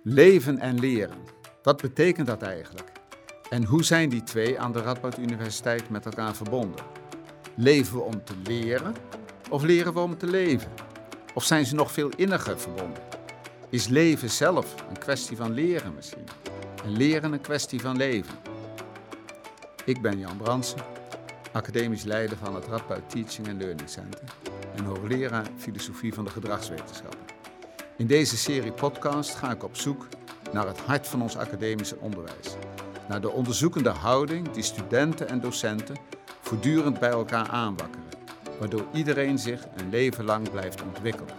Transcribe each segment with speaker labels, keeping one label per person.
Speaker 1: Leven en leren. Wat betekent dat eigenlijk? En hoe zijn die twee aan de Radboud Universiteit met elkaar verbonden? Leven we om te leren of leren we om te leven? Of zijn ze nog veel inniger verbonden? Is leven zelf een kwestie van leren misschien? En leren een kwestie van leven? Ik ben Jan Brandsen, academisch leider van het Radboud Teaching and Learning Center en hoogleraar filosofie van de gedragswetenschappen. In deze serie podcast ga ik op zoek naar het hart van ons academische onderwijs. Naar de onderzoekende houding die studenten en docenten voortdurend bij elkaar aanwakkeren, waardoor iedereen zich een leven lang blijft ontwikkelen.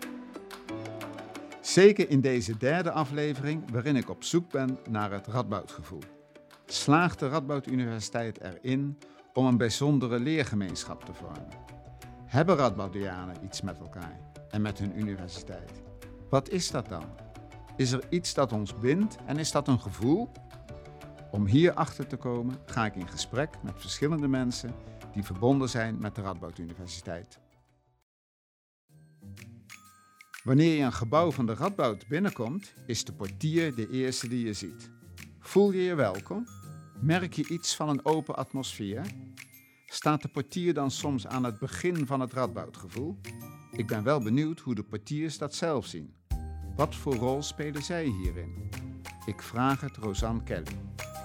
Speaker 1: Zeker in deze derde aflevering waarin ik op zoek ben naar het Radboudgevoel. Slaagt de Radboud Universiteit erin om een bijzondere leergemeenschap te vormen? Hebben Radboudianen iets met elkaar en met hun universiteit? Wat is dat dan? Is er iets dat ons bindt en is dat een gevoel? Om hier achter te komen ga ik in gesprek met verschillende mensen die verbonden zijn met de Radboud Universiteit. Wanneer je een gebouw van de Radboud binnenkomt, is de portier de eerste die je ziet. Voel je je welkom? Merk je iets van een open atmosfeer? Staat de portier dan soms aan het begin van het Radboudgevoel? Ik ben wel benieuwd hoe de portiers dat zelf zien. Wat voor rol spelen zij hierin? Ik vraag het Rosanne Kelly.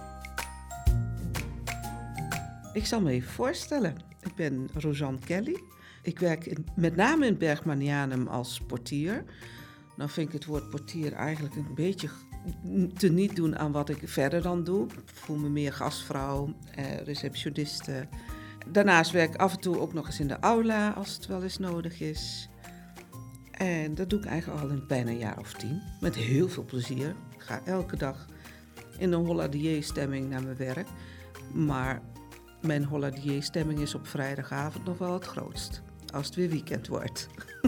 Speaker 2: Ik zal me even voorstellen. Ik ben Rosanne Kelly. Ik werk met name in Bergmanianum als portier. Nou vind ik het woord portier eigenlijk een beetje te niet doen aan wat ik verder dan doe. Ik voel me meer gastvrouw, receptioniste. Daarnaast werk ik af en toe ook nog eens in de aula als het wel eens nodig is. En dat doe ik eigenlijk al in bijna een jaar of 10. Met heel veel plezier. Ik ga elke dag in een Holladier-stemming naar mijn werk. Maar mijn Holladier-stemming is op vrijdagavond nog wel het grootst. Als het weer weekend wordt.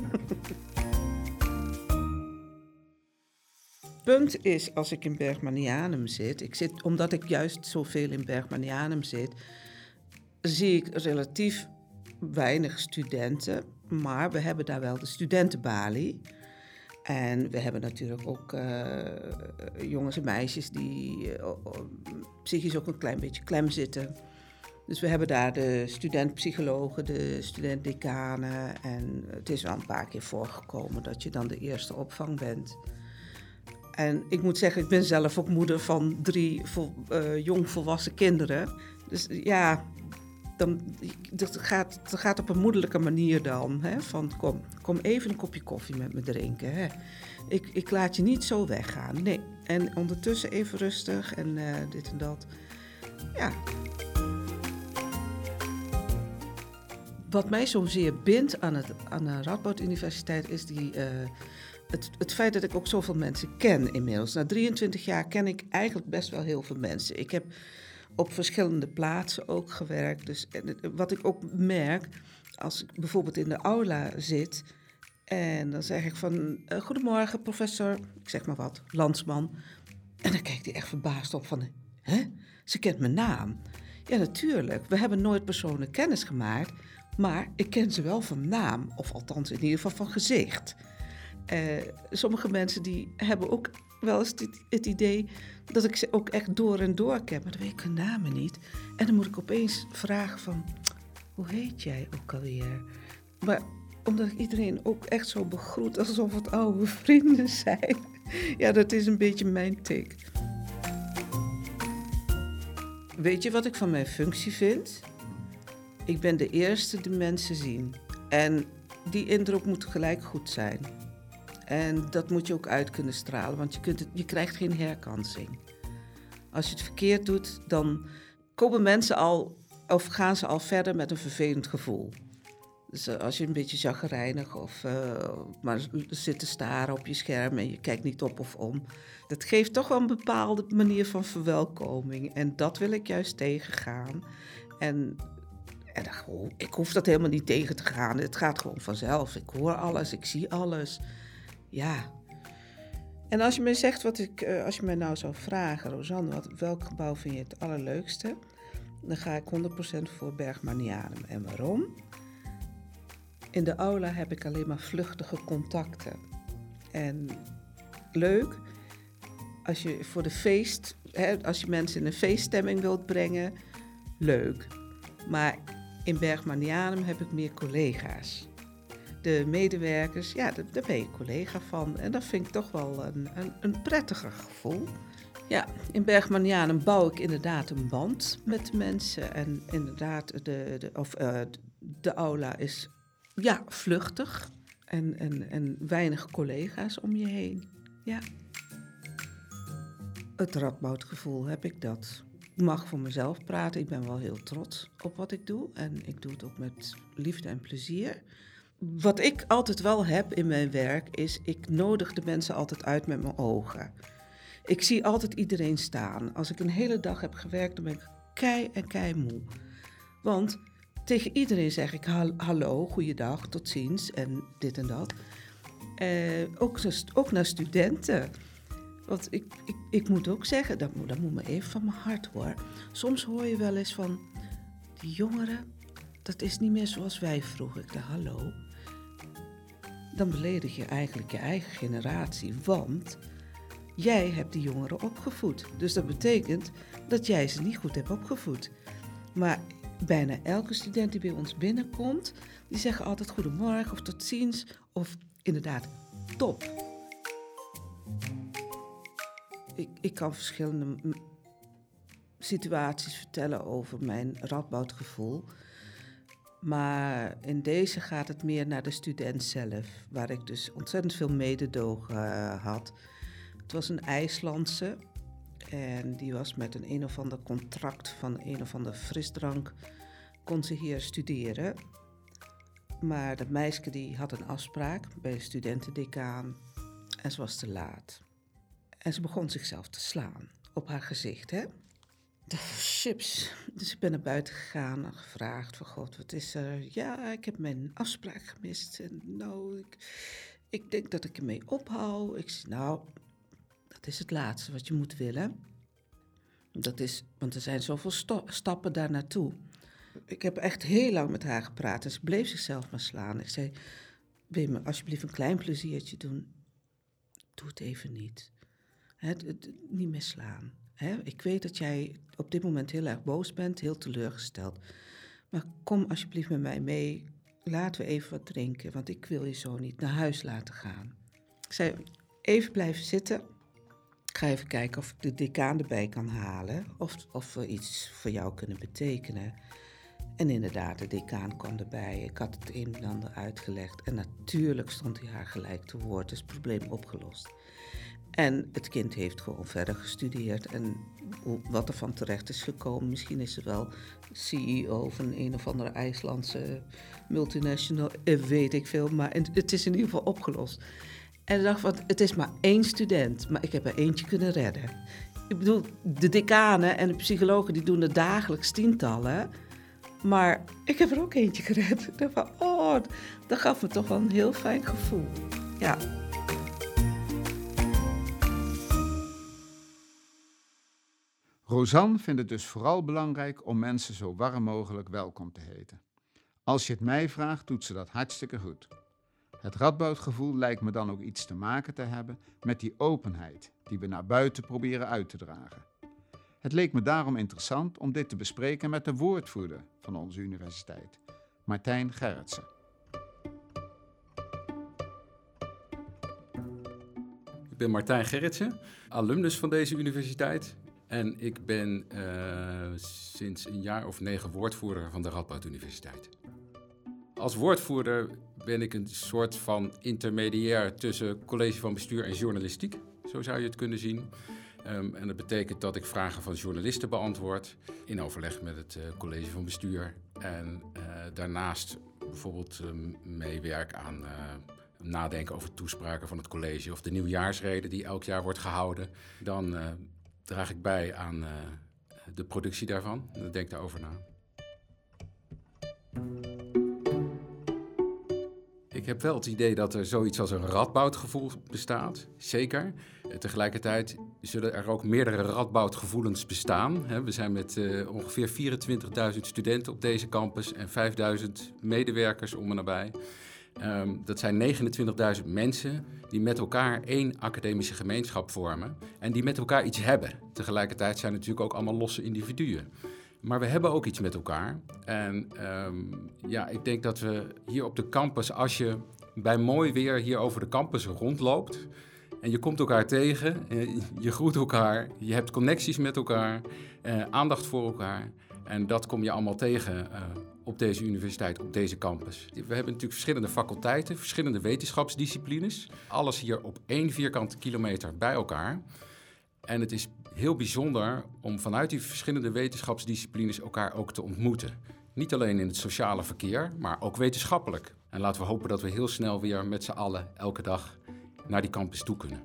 Speaker 2: Punt is, als ik in Bergmanianum zit, omdat ik juist zoveel in Bergmanianum zit, zie ik relatief weinig studenten, maar we hebben daar wel de studentenbalie. En we hebben natuurlijk ook jongens en meisjes die psychisch ook een klein beetje klem zitten. Dus we hebben daar de studentpsychologen, de studentdecanen. En het is wel een paar keer voorgekomen dat je dan de eerste opvang bent. En ik moet zeggen, ik ben zelf ook moeder van 3 jongvolwassen kinderen. Dus ja, dat gaat op een moederlijke manier dan. Hè? Van kom even een kopje koffie met me drinken. Hè? Ik laat je niet zo weggaan. Nee. En ondertussen even rustig en dit en dat. Ja. Wat mij zozeer bindt aan de Radboud Universiteit is het feit dat ik ook zoveel mensen ken inmiddels. Na 23 jaar ken ik eigenlijk best wel heel veel mensen. Ik heb op verschillende plaatsen ook gewerkt. Dus wat ik ook merk, als ik bijvoorbeeld in de aula zit en dan zeg ik van, goedemorgen professor, ik zeg maar wat, Landsman. En dan kijkt hij echt verbaasd op van, hè? Ze kent mijn naam. Ja, natuurlijk. We hebben nooit persoonlijk kennis gemaakt, maar ik ken ze wel van naam, of althans in ieder geval van gezicht. Sommige mensen die hebben ook wel eens het idee dat ik ze ook echt door en door ken, maar dan weet ik hun namen niet. En dan moet ik opeens vragen van, hoe heet jij ook alweer? Maar omdat ik iedereen ook echt zo begroet alsof het oude vrienden zijn. Ja, dat is een beetje mijn tik. Weet je wat ik van mijn functie vind? Ik ben de eerste die mensen zien. En die indruk moet gelijk goed zijn. En dat moet je ook uit kunnen stralen, want je krijgt geen herkansing. Als je het verkeerd doet, dan komen mensen of gaan ze al verder met een vervelend gevoel. Dus als je een beetje chagrijnig of maar zit te staren op je scherm en je kijkt niet op of om, dat geeft toch wel een bepaalde manier van verwelkoming. En dat wil ik juist tegengaan. En ik hoef dat helemaal niet tegen te gaan. Het gaat gewoon vanzelf. Ik hoor alles, ik zie alles. Ja. En als je mij zegt als je mij nou zou vragen, Rosanne, welk gebouw vind je het allerleukste? Dan ga ik 100% voor Bergmanianum. En waarom? In de aula heb ik alleen maar vluchtige contacten. En leuk, als je voor de feest, als je mensen in een feeststemming wilt brengen, leuk. Maar in Bergmanianum heb ik meer collega's. De medewerkers, daar ben je collega van. En dat vind ik toch wel een prettiger gevoel. Ja, in Bergmanianum bouw ik inderdaad een band met de mensen. En inderdaad, de aula is vluchtig. En weinig collega's om je heen. Ja. Het Radboudgevoel heb ik dat. Ik mag voor mezelf praten. Ik ben wel heel trots op wat ik doe. En ik doe het ook met liefde en plezier. Wat ik altijd wel heb in mijn werk is, ik nodig de mensen altijd uit met mijn ogen. Ik zie altijd iedereen staan. Als ik een hele dag heb gewerkt, dan ben ik kei moe. Want tegen iedereen zeg ik hallo, goeiedag, tot ziens en dit en dat. Ook naar studenten. Want ik moet ook zeggen, dat moet me even van mijn hart hoor. Soms hoor je wel eens van, die jongeren, dat is niet meer zoals wij vroeger. Ik dacht, hallo. Dan beledig je eigenlijk je eigen generatie, want jij hebt die jongeren opgevoed. Dus dat betekent dat jij ze niet goed hebt opgevoed. Maar bijna elke student die bij ons binnenkomt, die zeggen altijd goedemorgen of tot ziens of inderdaad top. Ik kan verschillende situaties vertellen over mijn Radboudgevoel. Maar in deze gaat het meer naar de student zelf, waar ik dus ontzettend veel mededogen had. Het was een IJslandse en die was met een of ander contract van een of ander frisdrank, kon ze hier studeren. Maar dat meisje die had een afspraak bij de studentendecaan en ze was te laat. En ze begon zichzelf te slaan op haar gezicht, hè. Chips. Dus ik ben naar buiten gegaan en gevraagd van God, wat is er? Ja, ik heb mijn afspraak gemist. En nou, ik denk dat ik ermee ophoud. Ik zei, nou, dat is het laatste wat je moet willen. Want er zijn zoveel stappen daar naartoe. Ik heb echt heel lang met haar gepraat en ze bleef zichzelf maar slaan. Ik zei, wil je me alsjeblieft een klein pleziertje doen? Doe het even niet. Niet meer slaan. Ik weet dat jij op dit moment heel erg boos bent, heel teleurgesteld. Maar kom alsjeblieft met mij mee. Laten we even wat drinken, want ik wil je zo niet naar huis laten gaan. Ik zei, even blijven zitten. Ik ga even kijken of ik de decaan erbij kan halen. Of we iets voor jou kunnen betekenen. En inderdaad, de decaan kwam erbij. Ik had het een en ander uitgelegd. En natuurlijk stond hij haar gelijk te woord. Dus het probleem opgelost. En het kind heeft gewoon verder gestudeerd. En wat er van terecht is gekomen, misschien is ze wel CEO van een of andere IJslandse multinational, weet ik veel. Maar het is in ieder geval opgelost. En ik dacht, want het is maar 1 student, maar ik heb er eentje kunnen redden. Ik bedoel, de decanen en de psychologen die doen er dagelijks tientallen. Maar ik heb er ook eentje gered. Ik dacht van, dat gaf me toch wel een heel fijn gevoel. Ja.
Speaker 1: Rosanne vindt het dus vooral belangrijk om mensen zo warm mogelijk welkom te heten. Als je het mij vraagt, doet ze dat hartstikke goed. Het Radboudgevoel lijkt me dan ook iets te maken te hebben met die openheid die we naar buiten proberen uit te dragen. Het leek me daarom interessant om dit te bespreken met de woordvoerder van onze universiteit, Martijn Gerritsen.
Speaker 3: Ik ben Martijn Gerritsen, alumnus van deze universiteit. En ik ben sinds een jaar of 9 woordvoerder van de Radboud Universiteit. Als woordvoerder ben ik een soort van intermediair tussen college van bestuur en journalistiek. Zo zou je het kunnen zien. En dat betekent dat ik vragen van journalisten beantwoord in overleg met het college van bestuur. En daarnaast bijvoorbeeld meewerk aan nadenken over toespraken van het college of de nieuwjaarsrede die elk jaar wordt gehouden. Dan draag ik bij aan de productie daarvan en ik denk daarover na. Ik heb wel het idee dat er zoiets als een Radboudgevoel bestaat, zeker. Tegelijkertijd zullen er ook meerdere Radboudgevoelens bestaan. We zijn met ongeveer 24.000 studenten op deze campus en 5.000 medewerkers om en nabij. Dat zijn 29.000 mensen die met elkaar één academische gemeenschap vormen en die met elkaar iets hebben. Tegelijkertijd zijn het natuurlijk ook allemaal losse individuen. Maar we hebben ook iets met elkaar. En ik denk dat we hier op de campus, als je bij mooi weer hier over de campus rondloopt en je komt elkaar tegen, je groet elkaar, je hebt connecties met elkaar, aandacht voor elkaar. En dat kom je allemaal tegen op deze universiteit, op deze campus. We hebben natuurlijk verschillende faculteiten, verschillende wetenschapsdisciplines. Alles hier op 1 vierkante kilometer bij elkaar. En het is heel bijzonder om vanuit die verschillende wetenschapsdisciplines elkaar ook te ontmoeten. Niet alleen in het sociale verkeer, maar ook wetenschappelijk. En laten we hopen dat we heel snel weer met z'n allen elke dag naar die campus toe kunnen.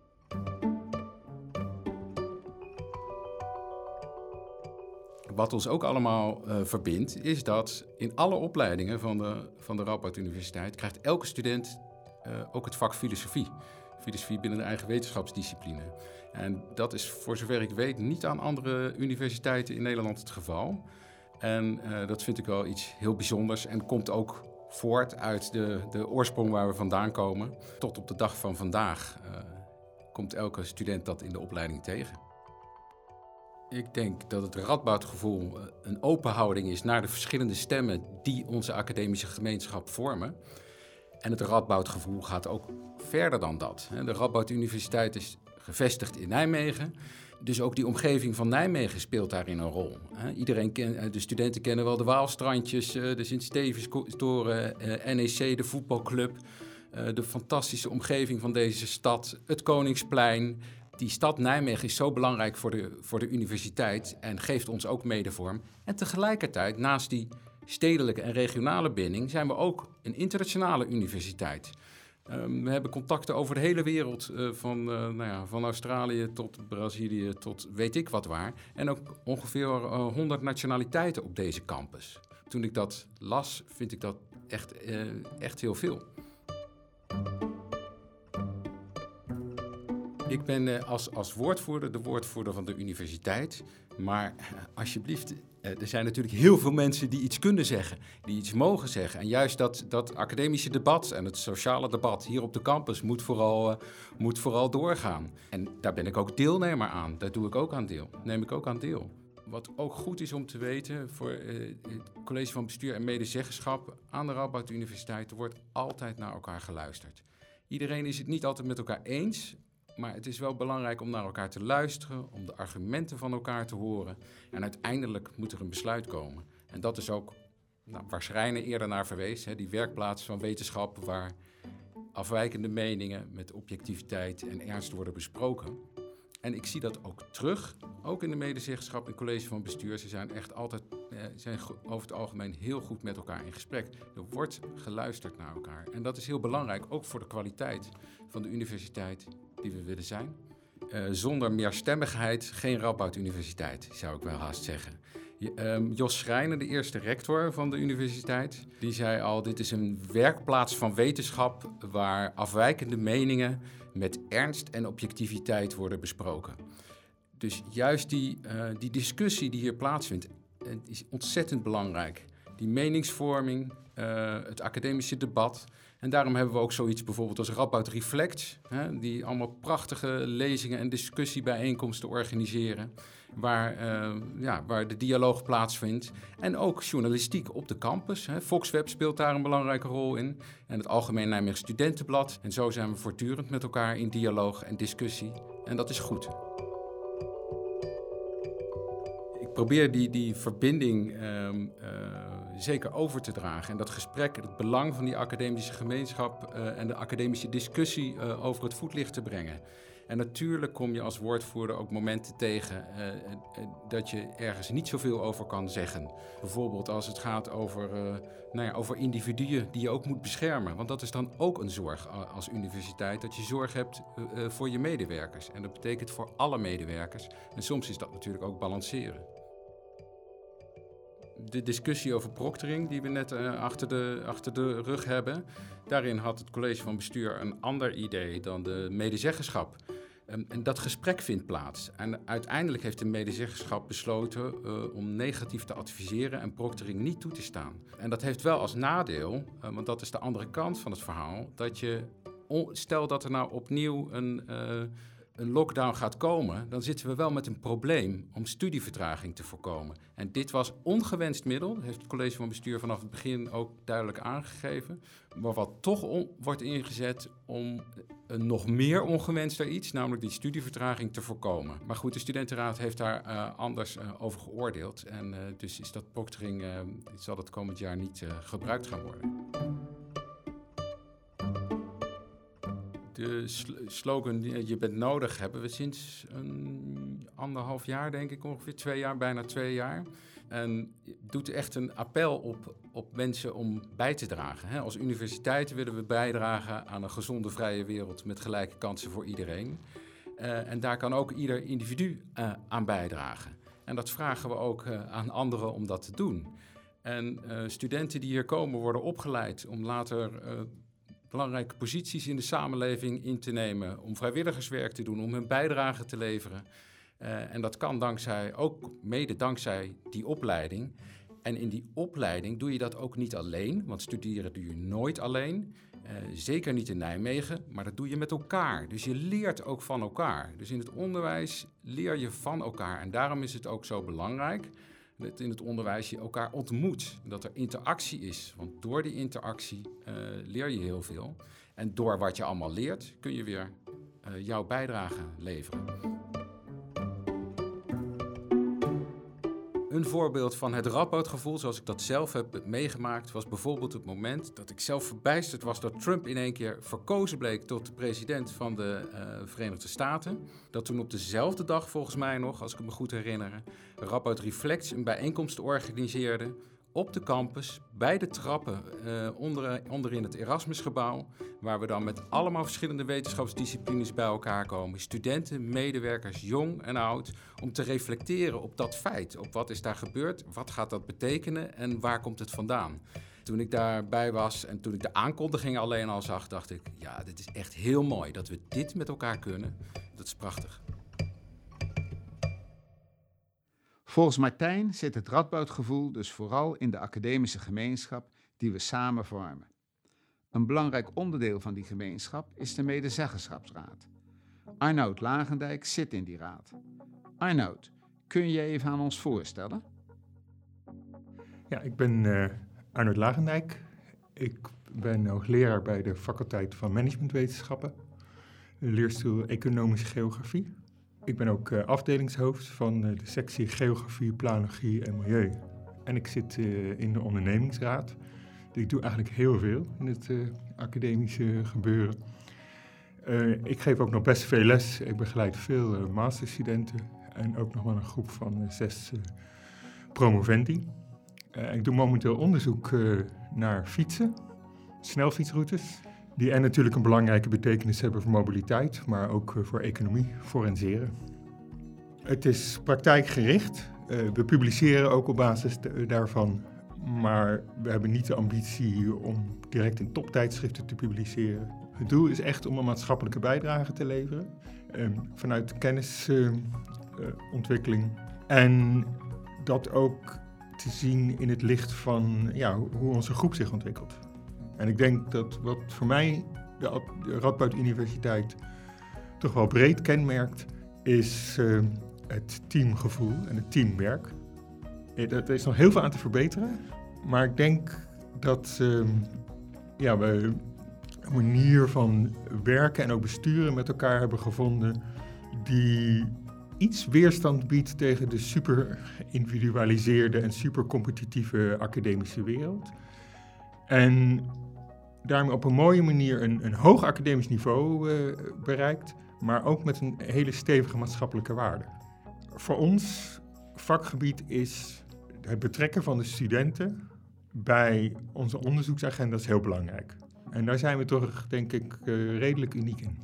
Speaker 3: Wat ons ook allemaal verbindt, is dat in alle opleidingen van de Radboud Universiteit krijgt elke student ook het vak filosofie. Filosofie binnen de eigen wetenschapsdiscipline. En dat is, voor zover ik weet, niet aan andere universiteiten in Nederland het geval. En dat vind ik wel iets heel bijzonders en komt ook voort uit de oorsprong waar we vandaan komen. Tot op de dag van vandaag komt elke student dat in de opleiding tegen. Ik denk dat het Radboudgevoel een open houding is naar de verschillende stemmen die onze academische gemeenschap vormen. En het Radboudgevoel gaat ook verder dan dat. De Radboud Universiteit is gevestigd in Nijmegen. Dus ook die omgeving van Nijmegen speelt daarin een rol. De studenten kennen wel de Waalstrandjes, de Sint-Stevenstoren, NEC, de voetbalclub. De fantastische omgeving van deze stad, het Koningsplein. Die stad Nijmegen is zo belangrijk voor de universiteit en geeft ons ook medevorm. En tegelijkertijd, naast die stedelijke en regionale binding, zijn we ook een internationale universiteit. We hebben contacten over de hele wereld, van Australië tot Brazilië tot weet ik wat waar. En ook ongeveer 100 nationaliteiten op deze campus. Toen ik dat las, vind ik dat echt heel veel. Ik ben als woordvoerder de woordvoerder van de universiteit. Maar alsjeblieft, er zijn natuurlijk heel veel mensen die iets kunnen zeggen, die iets mogen zeggen. En juist dat academische debat en het sociale debat hier op de campus moet vooral doorgaan. En daar ben ik ook deelnemer aan. Daar neem ik ook aan deel. Wat ook goed is om te weten voor het college van bestuur en medezeggenschap aan de Radboud Universiteit, er wordt altijd naar elkaar geluisterd. Iedereen is het niet altijd met elkaar eens. Maar het is wel belangrijk om naar elkaar te luisteren, om de argumenten van elkaar te horen. En uiteindelijk moet er een besluit komen. En dat is ook waar Schrijnen eerder naar verwees, die werkplaats van wetenschap waar afwijkende meningen met objectiviteit en ernst worden besproken. En ik zie dat ook terug, ook in de medezeggenschap en college van bestuur. Ze zijn echt altijd, over het algemeen heel goed met elkaar in gesprek. Er wordt geluisterd naar elkaar. En dat is heel belangrijk, ook voor de kwaliteit van de universiteit die we willen zijn. Zonder meerstemmigheid geen Radboud Universiteit, zou ik wel haast zeggen. Jos Schrijnen, de eerste rector van de universiteit, die zei al: dit is een werkplaats van wetenschap waar afwijkende meningen met ernst en objectiviteit worden besproken. Dus juist die discussie die hier plaatsvindt, is ontzettend belangrijk. Die meningsvorming, het academische debat. En daarom hebben we ook zoiets bijvoorbeeld als Radboud Reflect, die allemaal prachtige lezingen en discussiebijeenkomsten organiseren, waar de dialoog plaatsvindt. En ook journalistiek op de campus. Foxweb speelt daar een belangrijke rol in. En het Algemeen Nijmegen Studentenblad. En zo zijn we voortdurend met elkaar in dialoog en discussie. En dat is goed. Ik probeer die verbinding zeker over te dragen. En dat gesprek, het belang van die academische gemeenschap en de academische discussie over het voetlicht te brengen. En natuurlijk kom je als woordvoerder ook momenten tegen dat je ergens niet zoveel over kan zeggen. Bijvoorbeeld als het gaat over individuen die je ook moet beschermen. Want dat is dan ook een zorg als universiteit, dat je zorg hebt voor je medewerkers. En dat betekent voor alle medewerkers. En soms is dat natuurlijk ook balanceren. De discussie over proctoring die we net achter de rug hebben, daarin had het college van bestuur een ander idee dan de medezeggenschap. En dat gesprek vindt plaats. En uiteindelijk heeft de medezeggenschap besloten om negatief te adviseren en proctoring niet toe te staan. En dat heeft wel als nadeel, want dat is de andere kant van het verhaal, dat je, stel dat er nou opnieuw een lockdown gaat komen, dan zitten we wel met een probleem om studievertraging te voorkomen. En dit was ongewenst middel, heeft het college van bestuur vanaf het begin ook duidelijk aangegeven, maar wat toch wordt ingezet om een nog meer ongewenster iets, namelijk die studievertraging, te voorkomen. Maar goed, de studentenraad heeft daar anders over geoordeeld en dus is dat proctoring, zal het komend jaar niet gebruikt gaan worden. De slogan je bent nodig hebben we sinds 1,5 jaar, denk ik ongeveer, 2 jaar, bijna 2 jaar. En doet echt een appel op mensen om bij te dragen. Als universiteit willen we bijdragen aan een gezonde, vrije wereld met gelijke kansen voor iedereen. En daar kan ook ieder individu aan bijdragen. En dat vragen we ook aan anderen om dat te doen. En studenten die hier komen worden opgeleid om later belangrijke posities in de samenleving in te nemen, om vrijwilligerswerk te doen, om hun bijdrage te leveren. En dat kan ook mede dankzij die opleiding. En in die opleiding doe je dat ook niet alleen, want studeren doe je nooit alleen. Zeker niet in Nijmegen, maar dat doe je met elkaar. Dus je leert ook van elkaar. Dus in het onderwijs leer je van elkaar. En daarom is het ook zo belangrijk dat in het onderwijs je elkaar ontmoet. Dat er interactie is. Want door die interactie leer je heel veel. En door wat je allemaal leert kun je weer jouw bijdrage leveren. Een voorbeeld van het Radboudgevoel, zoals ik dat zelf heb meegemaakt, was bijvoorbeeld het moment dat ik zelf verbijsterd was dat Trump in één keer verkozen bleek tot de president van de Verenigde Staten. Dat toen op dezelfde dag, volgens mij nog, als ik me goed herinner, Radboud Reflects een bijeenkomst organiseerde op de campus, bij de trappen onderin het Erasmusgebouw, waar we dan met allemaal verschillende wetenschapsdisciplines bij elkaar komen. Studenten, medewerkers, jong en oud, om te reflecteren op dat feit. Op wat is daar gebeurd, wat gaat dat betekenen en waar komt het vandaan? Toen ik daarbij was en toen ik de aankondigingen alleen al zag, dacht ik, ja, dit is echt heel mooi dat we dit met elkaar kunnen. Dat is prachtig.
Speaker 1: Volgens Martijn zit het Radboudgevoel dus vooral in de academische gemeenschap die we samen vormen. Een belangrijk onderdeel van die gemeenschap is de medezeggenschapsraad. Arnoud Lagendijk zit in die raad. Arnoud, kun je even aan ons voorstellen?
Speaker 4: Ja, ik ben Arnoud Lagendijk. Ik ben hoogleraar bij de faculteit van Managementwetenschappen, leerstoel Economische Geografie. Ik ben ook afdelingshoofd van de sectie Geografie, Planologie en Milieu. En ik zit in de ondernemingsraad. Dus ik doe eigenlijk heel veel in het academische gebeuren. Ik geef ook nog best veel les. Ik begeleid veel masterstudenten en ook nog wel een groep van 6 promovendi. Ik doe momenteel onderzoek naar fietsen, snelfietsroutes, die en natuurlijk een belangrijke betekenis hebben voor mobiliteit, maar ook voor economie, forenseren. Het is praktijkgericht. We publiceren ook op basis daarvan, maar we hebben niet de ambitie om direct in toptijdschriften te publiceren. Het doel is echt om een maatschappelijke bijdrage te leveren, vanuit kennisontwikkeling. En dat ook te zien in het licht van hoe onze groep zich ontwikkelt. En ik denk dat wat voor mij de Radboud Universiteit toch wel breed kenmerkt, is het teamgevoel en het teamwerk. Er is nog heel veel aan te verbeteren, maar ik denk dat we een manier van werken en ook besturen met elkaar hebben gevonden die iets weerstand biedt tegen de super geïndividualiseerde en super competitieve academische wereld. En daarmee op een mooie manier een hoog academisch niveau bereikt, maar ook met een hele stevige maatschappelijke waarde. Voor ons vakgebied is het betrekken van de studenten bij onze onderzoeksagenda's heel belangrijk. En daar zijn we toch, denk ik, redelijk uniek in.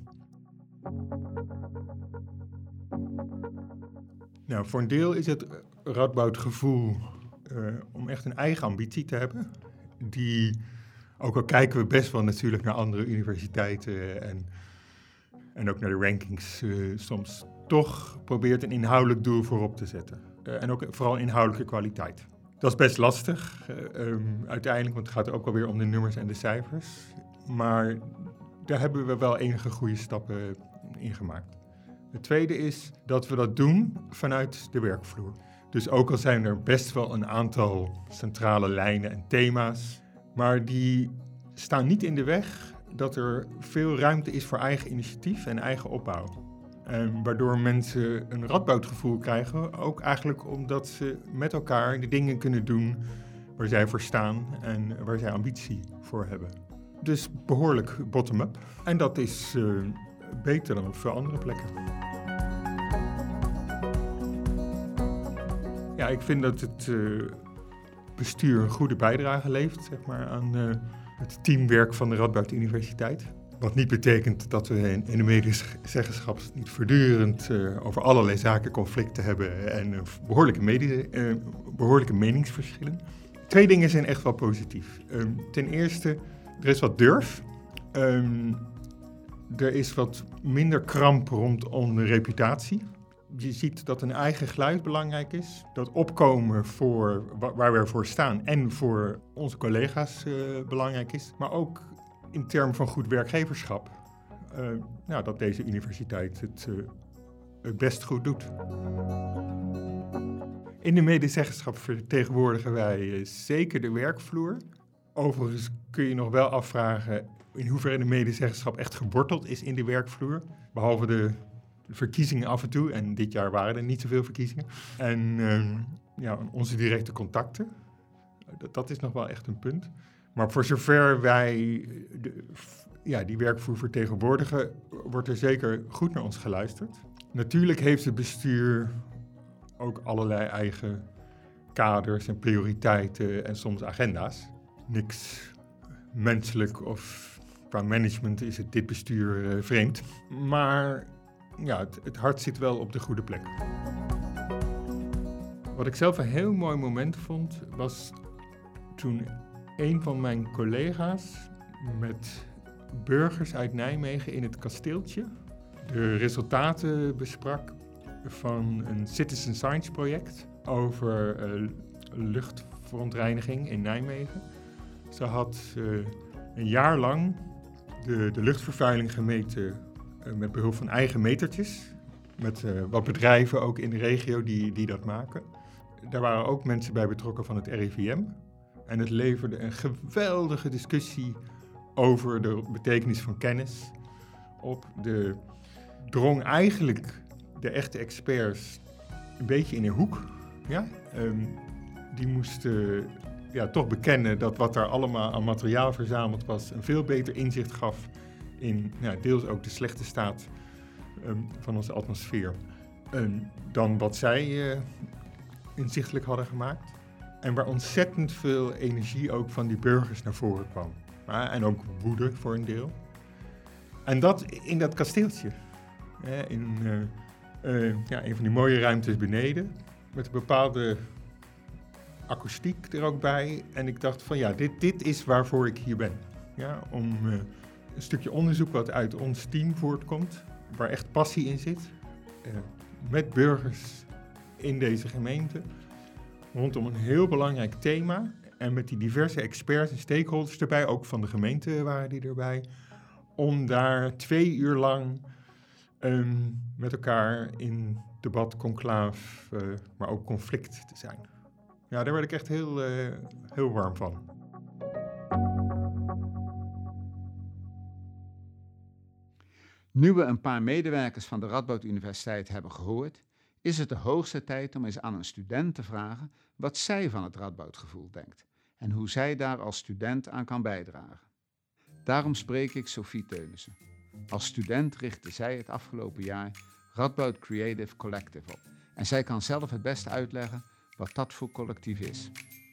Speaker 4: Nou, voor een deel is het Radboudgevoel om echt een eigen ambitie te hebben, die, ook al kijken we best wel natuurlijk naar andere universiteiten en en ook naar de rankings soms toch probeert een inhoudelijk doel voorop te zetten. En ook vooral inhoudelijke kwaliteit. Dat is best lastig uiteindelijk, want het gaat ook alweer om de nummers en de cijfers. Maar daar hebben we wel enige goede stappen in gemaakt. Het tweede is dat we dat doen vanuit de werkvloer. Dus ook al zijn er best wel een aantal centrale lijnen en thema's, maar die staan niet in de weg dat er veel ruimte is voor eigen initiatief en eigen opbouw. Waardoor mensen een Radboudgevoel krijgen, ook eigenlijk omdat ze met elkaar de dingen kunnen doen waar zij voor staan en waar zij ambitie voor hebben. Dus behoorlijk bottom-up. En dat is beter dan op veel andere plekken. Ja, ik vind dat het bestuur een goede bijdrage levert, zeg maar, aan het teamwerk van de Radboud Universiteit. Wat niet betekent dat we in de medezeggenschap niet voortdurend over allerlei zaken conflicten hebben en behoorlijke meningsverschillen. 2 dingen zijn echt wel positief. Ten eerste, er is wat durf. Er is wat minder kramp rondom de reputatie. Je ziet dat een eigen geluid belangrijk is. Dat opkomen voor waar we voor staan en voor onze collega's belangrijk is. Maar ook in termen van goed werkgeverschap. Dat deze universiteit het best goed doet. In de medezeggenschap vertegenwoordigen wij zeker de werkvloer. Overigens kun je nog wel afvragen in hoeverre de medezeggenschap echt geworteld is in de werkvloer. Behalve de verkiezingen af en toe. En dit jaar waren er niet zoveel verkiezingen. En onze directe contacten. Dat is nog wel echt een punt. Maar voor zover wij die werkvloer vertegenwoordigen, wordt er zeker goed naar ons geluisterd. Natuurlijk heeft het bestuur ook allerlei eigen kaders en prioriteiten en soms agenda's. Niks menselijk of qua management is het dit bestuur vreemd. Maar ja, het hart zit wel op de goede plek. Wat ik zelf een heel mooi moment vond, was toen een van mijn collega's met burgers uit Nijmegen in het kasteeltje de resultaten besprak van een citizen science project over luchtverontreiniging in Nijmegen. Ze had een jaar lang de luchtvervuiling gemeten met behulp van eigen metertjes. Met wat bedrijven ook in de regio die dat maken. Daar waren ook mensen bij betrokken van het RIVM. En het leverde een geweldige discussie over de betekenis van kennis op. Drong eigenlijk de echte experts een beetje in een hoek. Ja? Die moesten toch bekennen dat wat daar allemaal aan materiaal verzameld was een veel beter inzicht gaf in deels ook de slechte staat van onze atmosfeer dan wat zij inzichtelijk hadden gemaakt. En waar ontzettend veel energie ook van die burgers naar voren kwam. En ook woede voor een deel. En dat in dat kasteeltje. In een van die mooie ruimtes beneden. Met een bepaalde akoestiek er ook bij. En ik dacht van dit is waarvoor ik hier ben. Ja, om een stukje onderzoek wat uit ons team voortkomt. Waar echt passie in zit. Met burgers in deze gemeente. Rondom een heel belangrijk thema. En met die diverse experts en stakeholders erbij. Ook van de gemeente waren die erbij. Om daar 2 uur lang met elkaar in debat, conclaaf, maar ook conflict te zijn. Ja, daar werd ik echt heel warm van.
Speaker 1: Nu we een paar medewerkers van de Radboud Universiteit hebben gehoord, is het de hoogste tijd om eens aan een student te vragen wat zij van het Radboudgevoel denkt en hoe zij daar als student aan kan bijdragen. Daarom spreek ik Sophie Teunissen. Als student richtte zij het afgelopen jaar Radboud Creative Collective op. En zij kan zelf het beste uitleggen wat dat voor collectief is.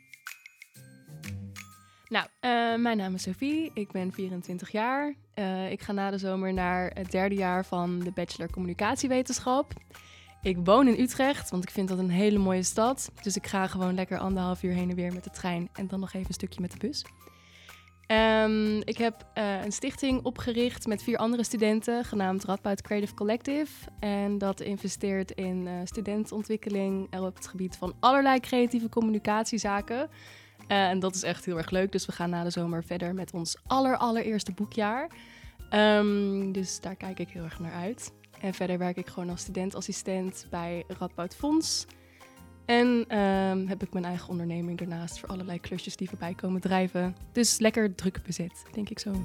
Speaker 5: Nou, mijn naam is Sophie, ik ben 24 jaar. Ik ga na de zomer naar het 3e jaar van de bachelor communicatiewetenschap. Ik woon in Utrecht, want ik vind dat een hele mooie stad. Dus ik ga gewoon lekker 1,5 uur heen en weer met de trein en dan nog even een stukje met de bus. Ik heb een stichting opgericht met 4 andere studenten, genaamd Radboud Creative Collective. En dat investeert in studentontwikkeling op het gebied van allerlei creatieve communicatiezaken. En dat is echt heel erg leuk. Dus we gaan na de zomer verder met ons allereerste boekjaar. Dus daar kijk ik heel erg naar uit. En verder werk ik gewoon als studentassistent bij Radboud Fonds. En heb ik mijn eigen onderneming daarnaast voor allerlei klusjes die voorbij komen drijven. Dus lekker druk bezet, denk ik zo.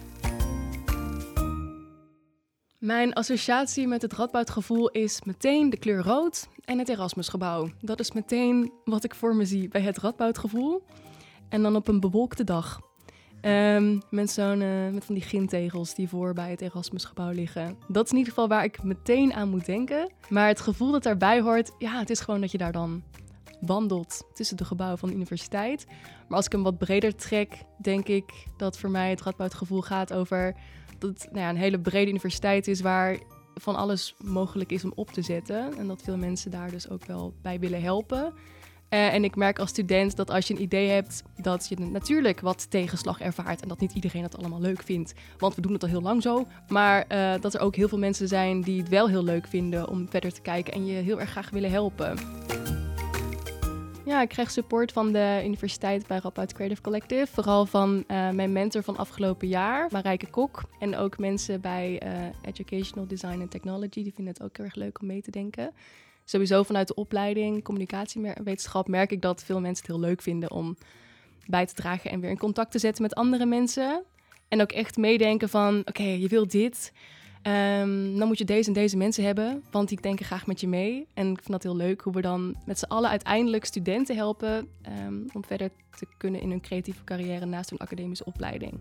Speaker 5: Mijn associatie met het Radboudgevoel is meteen de kleur rood en het Erasmusgebouw. Dat is meteen wat ik voor me zie bij het Radboudgevoel. En dan op een bewolkte dag. Met van die gintegels die voor bij het Erasmusgebouw liggen. Dat is in ieder geval waar ik meteen aan moet denken. Maar het gevoel dat daarbij hoort, ja, het is gewoon dat je daar dan wandelt tussen de gebouwen van de universiteit. Maar als ik hem wat breder trek, denk ik dat voor mij het Radboudgevoel gaat over dat het een hele brede universiteit is waar van alles mogelijk is om op te zetten. En dat veel mensen daar dus ook wel bij willen helpen. En ik merk als student dat als je een idee hebt, dat je natuurlijk wat tegenslag ervaart. En dat niet iedereen het allemaal leuk vindt. Want we doen het al heel lang zo. Maar dat er ook heel veel mensen zijn die het wel heel leuk vinden om verder te kijken. En je heel erg graag willen helpen. Ja, ik krijg support van de universiteit bij Radboud Creative Collective. Vooral van mijn mentor van afgelopen jaar, Marijke Kok. En ook mensen bij Educational Design and Technology. Die vinden het ook heel erg leuk om mee te denken. Sowieso vanuit de opleiding communicatiewetenschap merk ik dat veel mensen het heel leuk vinden om bij te dragen en weer in contact te zetten met andere mensen. En ook echt meedenken van, oké, je wilt dit, dan moet je deze en deze mensen hebben, want die denken graag met je mee. En ik vind dat heel leuk hoe we dan met z'n allen uiteindelijk studenten helpen om verder te kunnen in hun creatieve carrière naast hun academische opleiding.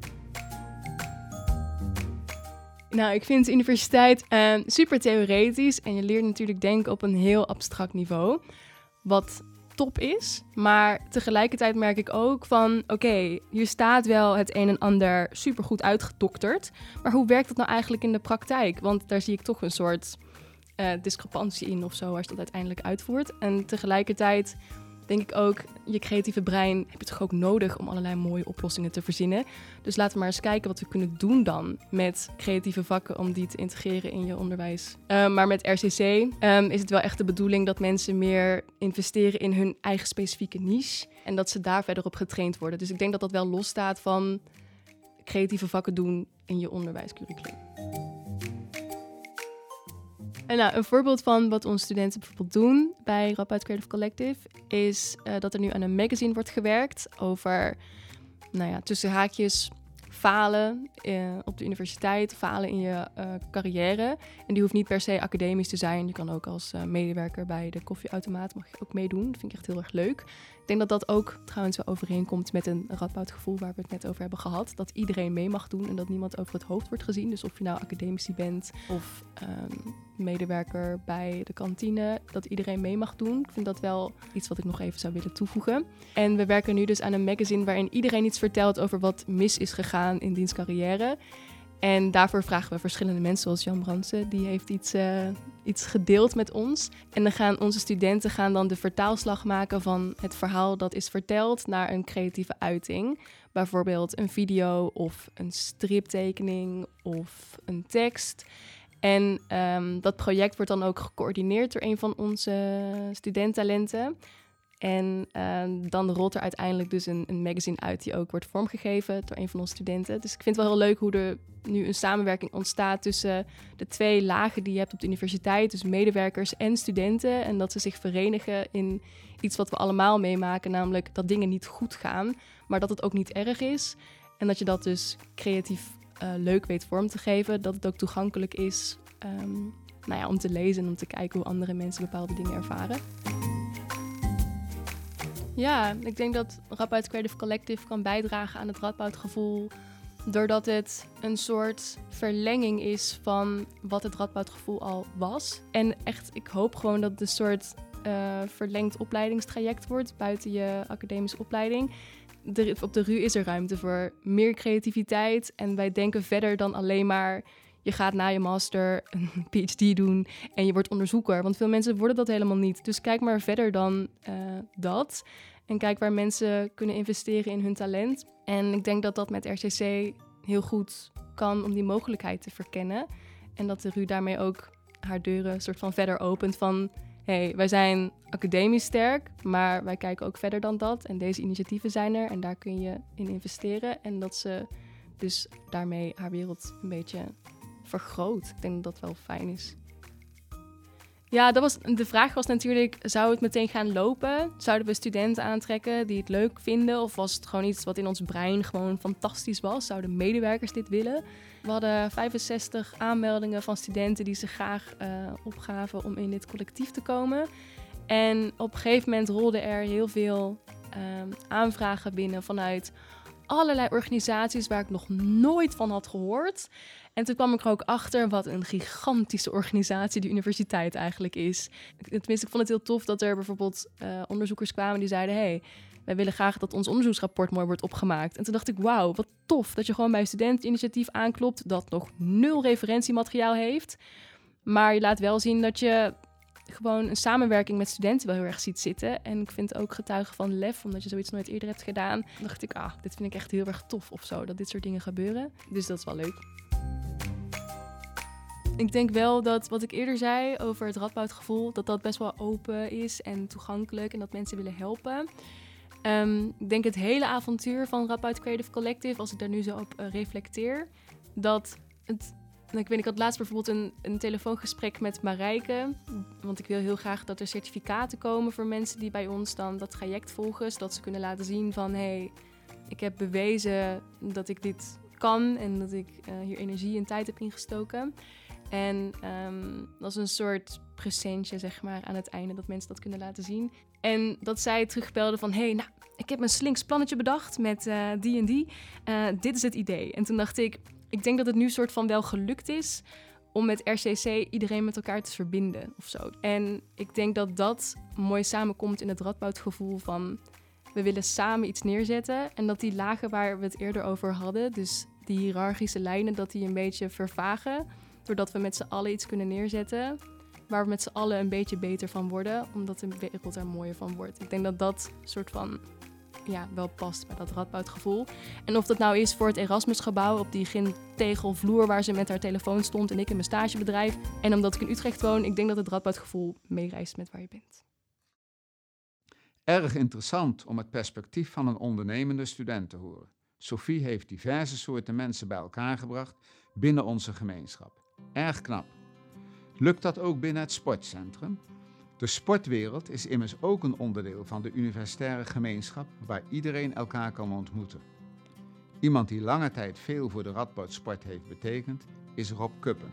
Speaker 5: Nou, ik vind de universiteit super theoretisch en je leert natuurlijk denken op een heel abstract niveau, wat top is. Maar tegelijkertijd merk ik ook van, oké, hier staat wel het een en ander supergoed uitgedokterd, maar hoe werkt dat nou eigenlijk in de praktijk? Want daar zie ik toch een soort discrepantie in of zo als je dat uiteindelijk uitvoert. En tegelijkertijd denk ik ook, je creatieve brein heb je toch ook nodig om allerlei mooie oplossingen te verzinnen. Dus laten we maar eens kijken wat we kunnen doen dan met creatieve vakken om die te integreren in je onderwijs. Maar met RCC is het wel echt de bedoeling dat mensen meer investeren in hun eigen specifieke niche en dat ze daar verder op getraind worden. Dus ik denk dat dat wel losstaat van creatieve vakken doen in je onderwijscurriculum. En nou, een voorbeeld van wat onze studenten bijvoorbeeld doen bij Radboud Creative Collective is dat er nu aan een magazine wordt gewerkt over, tussen haakjes, falen op de universiteit, falen in je carrière. En die hoeft niet per se academisch te zijn. Je kan ook als medewerker bij de koffieautomaat mag je ook meedoen. Dat vind ik echt heel erg leuk. Ik denk dat dat ook trouwens wel overeenkomt met een Radboudgevoel waar we het net over hebben gehad. Dat iedereen mee mag doen en dat niemand over het hoofd wordt gezien. Dus of je nou academici bent of medewerker bij de kantine, dat iedereen mee mag doen. Ik vind dat wel iets wat ik nog even zou willen toevoegen. En we werken nu dus aan een magazine waarin iedereen iets vertelt over wat mis is gegaan in diens carrière. En daarvoor vragen we verschillende mensen, zoals Jan Brandsen, die heeft iets gedeeld met ons. En dan gaan onze studenten dan de vertaalslag maken van het verhaal dat is verteld naar een creatieve uiting. Bijvoorbeeld een video of een striptekening of een tekst. En dat project wordt dan ook gecoördineerd door een van onze studenttalenten. En dan rolt er uiteindelijk dus een magazine uit die ook wordt vormgegeven door een van onze studenten. Dus ik vind het wel heel leuk hoe er nu een samenwerking ontstaat tussen de 2 lagen die je hebt op de universiteit. Dus medewerkers en studenten. En dat ze zich verenigen in iets wat we allemaal meemaken. Namelijk dat dingen niet goed gaan, maar dat het ook niet erg is. En dat je dat dus creatief leuk weet vorm te geven. Dat het ook toegankelijk is om te lezen en om te kijken hoe andere mensen bepaalde dingen ervaren. Ja, ik denk dat Radboud Creative Collective kan bijdragen aan het Radboudgevoel doordat het een soort verlenging is van wat het Radboudgevoel al was. En echt, ik hoop gewoon dat het een soort verlengd opleidingstraject wordt buiten je academische opleiding. Op de RU is er ruimte voor meer creativiteit en wij denken verder dan alleen maar je gaat na je master een PhD doen en je wordt onderzoeker. Want veel mensen worden dat helemaal niet. Dus kijk maar verder dan dat. En kijk waar mensen kunnen investeren in hun talent. En ik denk dat dat met RCC heel goed kan om die mogelijkheid te verkennen. En dat de RU daarmee ook haar deuren soort van verder opent van... hey, wij zijn academisch sterk, maar wij kijken ook verder dan dat. En deze initiatieven zijn er en daar kun je in investeren. En dat ze dus daarmee haar wereld een beetje vergroot. Ik denk dat dat wel fijn is. Ja, de vraag was natuurlijk, zou het meteen gaan lopen? Zouden we studenten aantrekken die het leuk vinden? Of was het gewoon iets wat in ons brein gewoon fantastisch was? Zouden medewerkers dit willen? We hadden 65 aanmeldingen van studenten die zich graag opgaven om in dit collectief te komen. En op een gegeven moment rolden er heel veel aanvragen binnen vanuit allerlei organisaties waar ik nog nooit van had gehoord. En toen kwam ik er ook achter wat een gigantische organisatie de universiteit eigenlijk is. Tenminste, ik vond het heel tof dat er bijvoorbeeld onderzoekers kwamen die zeiden... hey, wij willen graag dat ons onderzoeksrapport mooi wordt opgemaakt. En toen dacht ik, wauw, wat tof dat je gewoon bij een studenteninitiatief aanklopt... dat nog 0 referentiemateriaal heeft. Maar je laat wel zien dat je gewoon een samenwerking met studenten wel heel erg ziet zitten. En ik vind ook getuigen van lef, omdat je zoiets nooit eerder hebt gedaan. Dan dacht ik, dit vind ik echt heel erg tof of zo, dat dit soort dingen gebeuren. Dus dat is wel leuk. Ik denk wel dat wat ik eerder zei over het Radboudgevoel, dat best wel open is en toegankelijk en dat mensen willen helpen. Ik denk het hele avontuur van Radboud Creative Collective, als ik daar nu zo op reflecteer, dat het... Ik weet, ik had laatst bijvoorbeeld een telefoongesprek met Marijke. Want ik wil heel graag dat er certificaten komen voor mensen die bij ons dan dat traject volgen. Zodat ze kunnen laten zien van, hey, ik heb bewezen dat ik dit kan en dat ik hier energie en tijd heb ingestoken. En dat is een soort presentje, zeg maar, aan het einde dat mensen dat kunnen laten zien. En dat zij terugbelden van, hey, nou, ik heb een slinks plannetje bedacht met die en die. Dit is het idee. En toen dacht ik denk dat het nu soort van wel gelukt is om met RCC iedereen met elkaar te verbinden of zo. En ik denk dat dat mooi samenkomt in het Radboudgevoel van we willen samen iets neerzetten. En dat die lagen waar we het eerder over hadden, dus die hiërarchische lijnen, dat die een beetje vervagen. Doordat we met z'n allen iets kunnen neerzetten waar we met z'n allen een beetje beter van worden. Omdat de wereld er mooier van wordt. Ik denk dat dat soort van... wel past bij dat Radboudgevoel. En of dat nou is voor het Erasmusgebouw op die gintegelvloer waar ze met haar telefoon stond en ik in mijn stagebedrijf. En omdat ik in Utrecht woon, ik denk dat het Radboudgevoel meereist met waar je bent.
Speaker 1: Erg interessant om het perspectief van een ondernemende student te horen. Sophie heeft diverse soorten mensen bij elkaar gebracht binnen onze gemeenschap. Erg knap. Lukt dat ook binnen het sportcentrum? De sportwereld is immers ook een onderdeel van de universitaire gemeenschap waar iedereen elkaar kan ontmoeten. Iemand die lange tijd veel voor de Radboud Sport heeft betekend, is Rob Kuppen.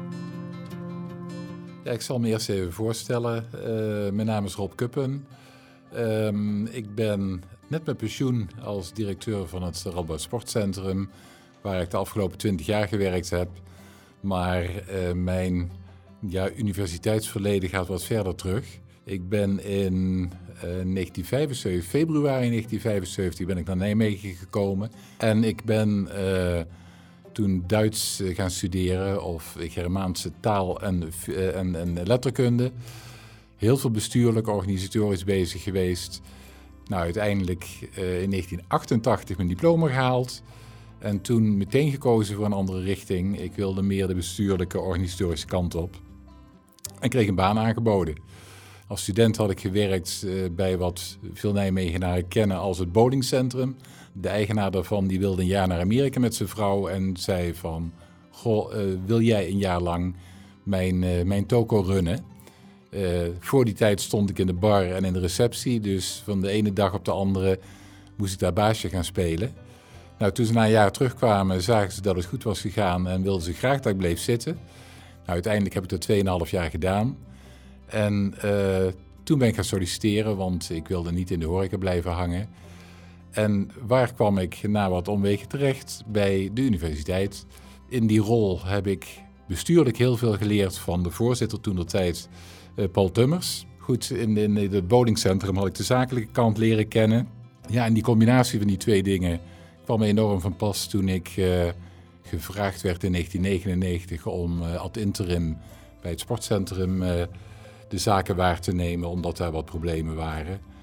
Speaker 6: Ja, ik zal me eerst even voorstellen. Mijn naam is Rob Kuppen. Ik ben net met pensioen als directeur van het Radboud Sportcentrum, waar ik de afgelopen 20 jaar gewerkt heb. Maar mijn universiteitsverleden gaat wat verder terug. Ik ben in 1975, februari 1975, ben ik naar Nijmegen gekomen. En ik ben toen Duits gaan studeren of Germaanse taal en letterkunde. Heel veel bestuurlijk, organisatorisch bezig geweest. Nou, uiteindelijk in 1988 mijn diploma gehaald. En toen meteen gekozen voor een andere richting. Ik wilde meer de bestuurlijke, organisatorische kant op. En kreeg een baan aangeboden. Als student had ik gewerkt bij wat veel Nijmegenaren kennen als het bowlingcentrum. De eigenaar daarvan die wilde een jaar naar Amerika met zijn vrouw en zei van... Goh, wil jij een jaar lang mijn toko runnen? Voor die tijd stond ik in de bar en in de receptie. Dus van de ene dag op de andere moest ik daar baasje gaan spelen. Nou, toen ze na een jaar terugkwamen, zagen ze dat het goed was gegaan en wilden ze graag dat ik bleef zitten. Nou, uiteindelijk heb ik dat 2,5 jaar gedaan. En toen ben ik gaan solliciteren, want ik wilde niet in de horeca blijven hangen. En waar kwam ik na wat omwegen terecht? Bij de universiteit. In die rol heb ik bestuurlijk heel veel geleerd van de voorzitter toentertijd, Paul Tummers. Goed, in het bowlingcentrum had ik de zakelijke kant leren kennen. Ja, en die combinatie van die twee dingen kwam me enorm van pas toen ik gevraagd werd in 1999 om ad interim bij het sportcentrum de zaken waar te nemen, omdat daar wat problemen waren.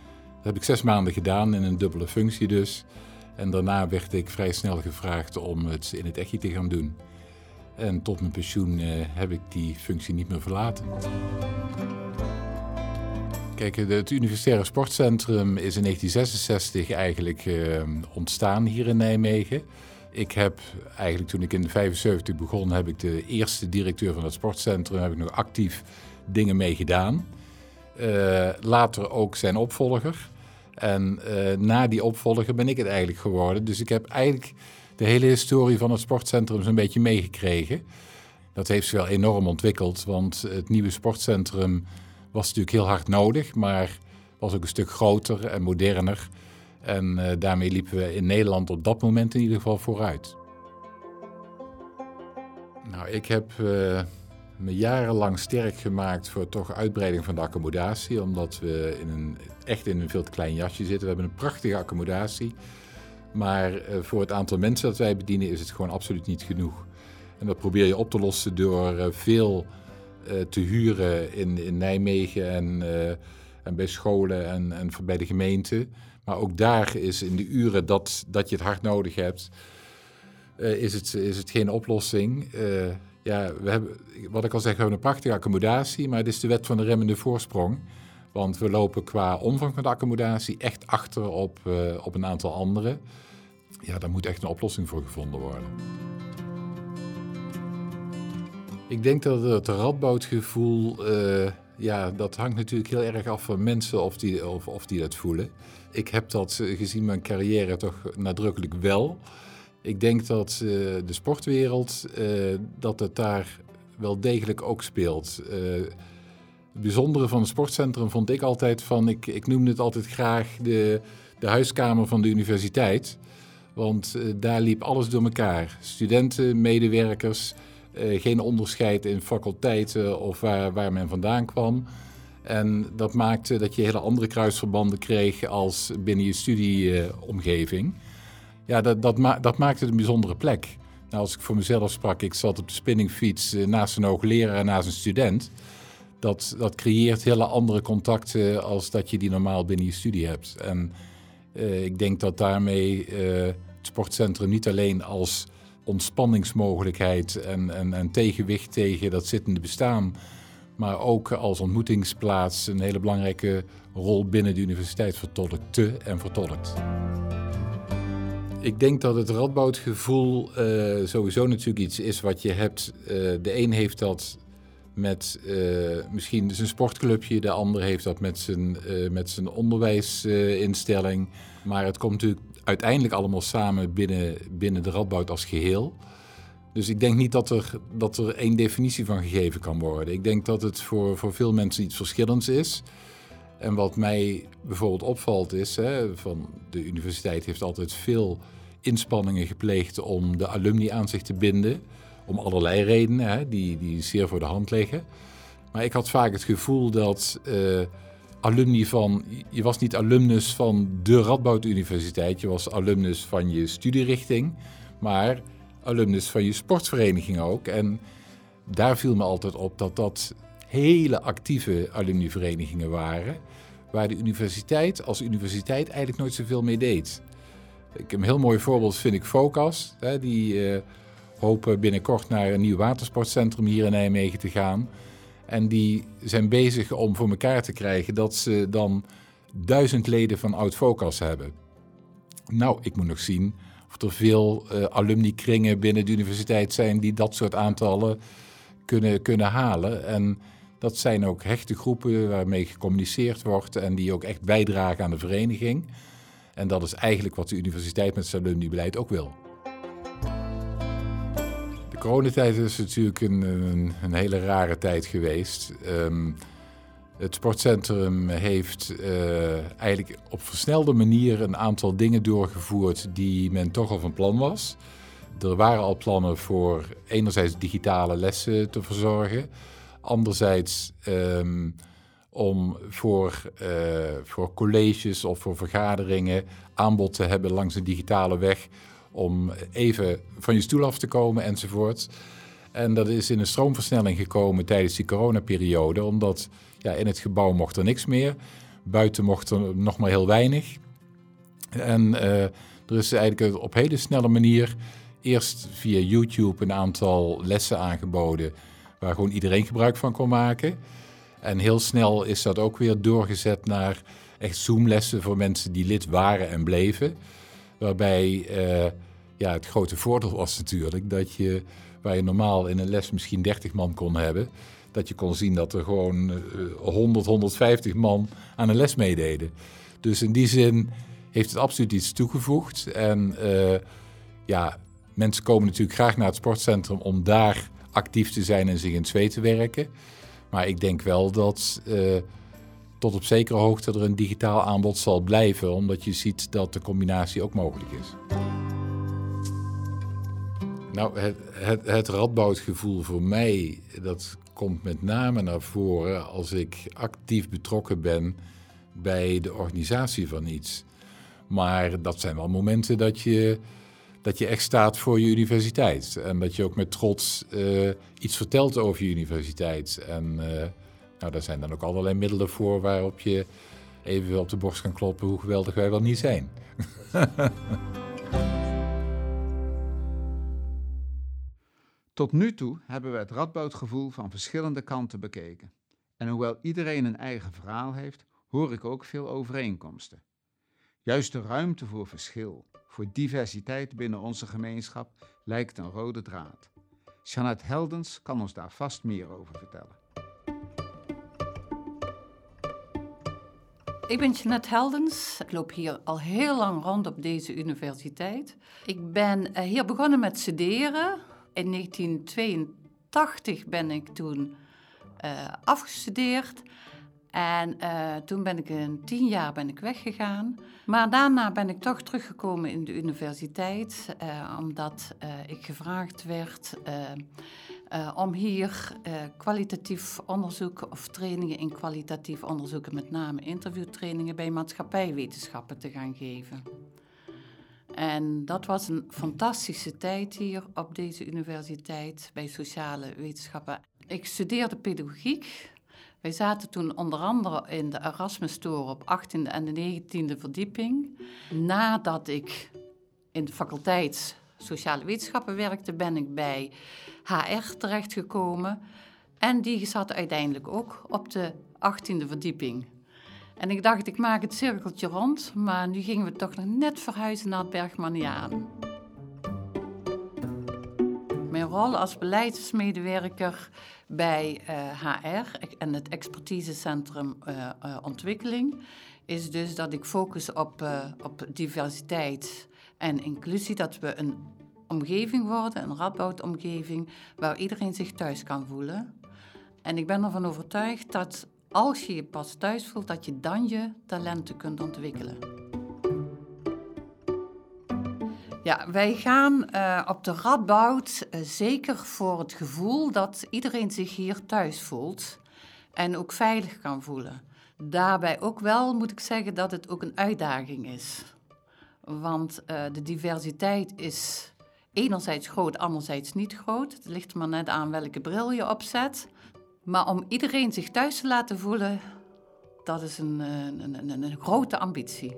Speaker 6: Dat heb ik 6 maanden gedaan in een dubbele functie dus. En daarna werd ik vrij snel gevraagd om het in het EGI te gaan doen. En tot mijn pensioen heb ik die functie niet meer verlaten. Kijk, het Universitaire Sportcentrum is in 1966 eigenlijk ontstaan hier in Nijmegen. Ik heb eigenlijk toen ik in 1975 begon, heb ik de eerste directeur van het sportcentrum, heb ik nog actief dingen mee gedaan. Later ook zijn opvolger. En na die opvolger ben ik het eigenlijk geworden. Dus ik heb eigenlijk de hele historie van het sportcentrum zo'n beetje meegekregen. Dat heeft zich wel enorm ontwikkeld, want het nieuwe sportcentrum was natuurlijk heel hard nodig, maar was ook een stuk groter en moderner. En daarmee liepen we in Nederland op dat moment in ieder geval vooruit. Nou, ik heb me jarenlang sterk gemaakt voor toch uitbreiding van de accommodatie, omdat we echt in een veel te klein jasje zitten. We hebben een prachtige accommodatie, maar voor het aantal mensen dat wij bedienen is het gewoon absoluut niet genoeg. En dat probeer je op te lossen door veel te huren in Nijmegen en bij scholen en bij de gemeente. Maar ook daar is in de uren dat je het hard nodig hebt, is het geen oplossing. Wat ik al zeg, we hebben een prachtige accommodatie, maar het is de wet van de remmende voorsprong. Want we lopen qua omvang van de accommodatie echt achter op een aantal anderen. Ja, daar moet echt een oplossing voor gevonden worden. Ik denk dat het Radboudgevoel, dat hangt natuurlijk heel erg af van mensen of die dat voelen. Ik heb dat gezien mijn carrière toch nadrukkelijk wel. Ik denk dat de sportwereld, dat het daar wel degelijk ook speelt. Het bijzondere van het sportcentrum vond ik altijd ik noemde het altijd graag de huiskamer van de universiteit. Want daar liep alles door elkaar. Studenten, medewerkers, geen onderscheid in faculteiten of waar men vandaan kwam. En dat maakte dat je hele andere kruisverbanden kreeg als binnen je studieomgeving. Ja, dat maakte het een bijzondere plek. Nou, als ik voor mezelf sprak, ik zat op de spinningfiets naast een hoogleraar en naast een student. Dat creëert hele andere contacten als dat je die normaal binnen je studie hebt. En ik denk dat daarmee het sportcentrum niet alleen als ontspanningsmogelijkheid en tegenwicht tegen dat zittende bestaan, maar ook als ontmoetingsplaats een hele belangrijke rol binnen de universiteit vertolkt. Ik denk dat het Radboudgevoel sowieso natuurlijk iets is wat je hebt. De een heeft dat met misschien zijn sportclubje, de ander heeft dat met zijn onderwijsinstelling. Maar het komt natuurlijk uiteindelijk allemaal samen binnen de Radboud als geheel. Dus ik denk niet dat er één definitie van gegeven kan worden. Ik denk dat het voor veel mensen iets verschillends is. En wat mij bijvoorbeeld opvalt is, van de universiteit heeft altijd veel inspanningen gepleegd om de alumni aan zich te binden. Om allerlei redenen, die zeer voor de hand liggen. Maar ik had vaak het gevoel dat je was niet alumnus van de Radboud Universiteit, je was alumnus van je studierichting, maar alumnus van je sportvereniging ook. En daar viel me altijd op dat hele actieve alumniverenigingen waren, waar de universiteit als universiteit eigenlijk nooit zoveel mee deed. Een heel mooi voorbeeld vind ik Focas. Die hopen binnenkort naar een nieuw watersportcentrum hier in Nijmegen te gaan. En die zijn bezig om voor elkaar te krijgen dat ze dan 1000 leden van Oud-Focas hebben. Nou, ik moet nog zien of er veel alumni-kringen binnen de universiteit zijn die dat soort aantallen kunnen halen. En dat zijn ook hechte groepen waarmee gecommuniceerd wordt en die ook echt bijdragen aan de vereniging. En dat is eigenlijk wat de universiteit met zijn alumni-beleid ook wil. De coronatijd is natuurlijk een hele rare tijd geweest. Het sportcentrum heeft eigenlijk op versnelde manier een aantal dingen doorgevoerd die men toch al van plan was. Er waren al plannen voor enerzijds digitale lessen te verzorgen. Anderzijds om voor colleges of voor vergaderingen aanbod te hebben langs de digitale weg om even van je stoel af te komen enzovoort. En dat is in een stroomversnelling gekomen tijdens die coronaperiode, omdat in het gebouw mocht er niks meer. Buiten mocht er nog maar heel weinig. En er is eigenlijk op hele snelle manier eerst via YouTube een aantal lessen aangeboden waar gewoon iedereen gebruik van kon maken. En heel snel is dat ook weer doorgezet naar echt Zoom-lessen voor mensen die lid waren en bleven. Waarbij het grote voordeel was natuurlijk dat je, waar je normaal in een les misschien 30 man kon hebben, dat je kon zien dat er gewoon 100, 150 man aan een les meededen. Dus in die zin heeft het absoluut iets toegevoegd. En mensen komen natuurlijk graag naar het sportcentrum om daar actief te zijn en zich in het zweet te werken. Maar ik denk wel dat tot op zekere hoogte er een digitaal aanbod zal blijven, omdat je ziet dat de combinatie ook mogelijk is. Nou, het Radboud-gevoel voor mij, dat komt met name naar voren als ik actief betrokken ben bij de organisatie van iets. Maar dat zijn wel momenten dat je echt staat voor je universiteit. En dat je ook met trots iets vertelt over je universiteit. En daar zijn dan ook allerlei middelen voor waarop je even op de borst kan kloppen hoe geweldig wij wel niet zijn.
Speaker 1: Tot nu toe hebben we het Radboud-gevoel van verschillende kanten bekeken. En hoewel iedereen een eigen verhaal heeft, hoor ik ook veel overeenkomsten. Juist de ruimte voor verschil, voor diversiteit binnen onze gemeenschap, lijkt een rode draad. Jeannette Heldens kan ons daar vast meer over vertellen.
Speaker 7: Ik ben Jeannette Heldens. Ik loop hier al heel lang rond op deze universiteit. Ik ben hier begonnen met studeren. In 1982 ben ik toen afgestudeerd. En toen ben ik 10 jaar weggegaan. Maar daarna ben ik toch teruggekomen in de universiteit. Omdat ik gevraagd werd om hier kwalitatief onderzoek of trainingen in kwalitatief onderzoek, met name interviewtrainingen bij maatschappijwetenschappen te gaan geven. En dat was een fantastische tijd hier op deze universiteit bij sociale wetenschappen. Ik studeerde pedagogiek. Wij zaten toen onder andere in de Erasmus-toren op 18e en de 19e verdieping. Nadat ik in de faculteit sociale wetenschappen werkte, ben ik bij HR terechtgekomen. En die zat uiteindelijk ook op de 18e verdieping. En ik dacht, ik maak het cirkeltje rond, maar nu gingen we toch nog net verhuizen naar het Bergmaniaan. Mijn rol als beleidsmedewerker bij HR en het expertisecentrum ontwikkeling is dus dat ik focus op diversiteit en inclusie, dat we een omgeving worden, een Radboud-omgeving, waar iedereen zich thuis kan voelen. En ik ben ervan overtuigd dat als je je pas thuis voelt, dat je dan je talenten kunt ontwikkelen. Ja, wij gaan op de Radboud zeker voor het gevoel dat iedereen zich hier thuis voelt en ook veilig kan voelen. Daarbij ook wel moet ik zeggen dat het ook een uitdaging is. Want de diversiteit is enerzijds groot, anderzijds niet groot. Het ligt maar net aan welke bril je opzet. Maar om iedereen zich thuis te laten voelen, dat is een grote ambitie.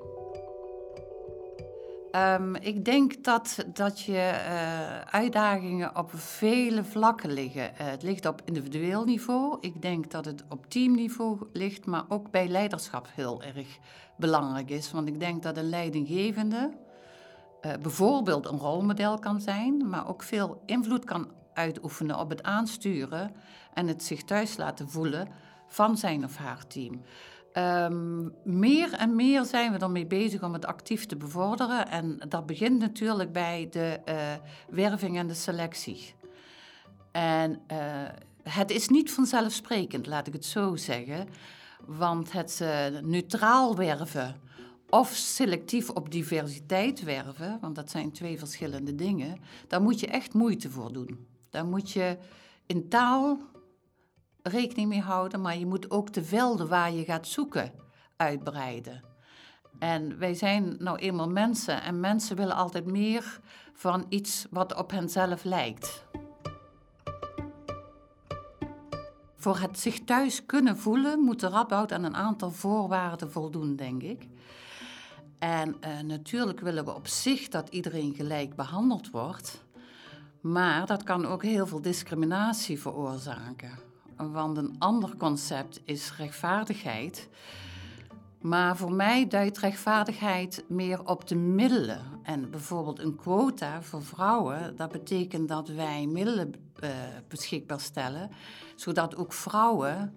Speaker 7: Ik denk dat je uitdagingen op vele vlakken liggen. Het ligt op individueel niveau. Ik denk dat het op teamniveau ligt, maar ook bij leiderschap heel erg belangrijk is. Want ik denk dat een leidinggevende bijvoorbeeld een rolmodel kan zijn, maar ook veel invloed kan uitoefenen op het aansturen en het zich thuis laten voelen van zijn of haar team. Meer en meer zijn we ermee bezig om het actief te bevorderen. En dat begint natuurlijk bij de werving en de selectie. En het is niet vanzelfsprekend, laat ik het zo zeggen. Want het neutraal werven of selectief op diversiteit werven, want dat zijn 2 verschillende dingen, daar moet je echt moeite voor doen. Daar moet je in taal rekening mee houden, maar je moet ook de velden waar je gaat zoeken uitbreiden. En wij zijn nou eenmaal mensen en mensen willen altijd meer van iets wat op henzelf lijkt. voor het zich thuis kunnen voelen, moet de Radboud aan een aantal voorwaarden voldoen, denk ik. En natuurlijk willen we op zich dat iedereen gelijk behandeld wordt. Maar dat kan ook heel veel discriminatie veroorzaken. Want een ander concept is rechtvaardigheid. Maar voor mij duidt rechtvaardigheid meer op de middelen. En bijvoorbeeld een quota voor vrouwen, dat betekent dat wij middelen beschikbaar stellen, zodat ook vrouwen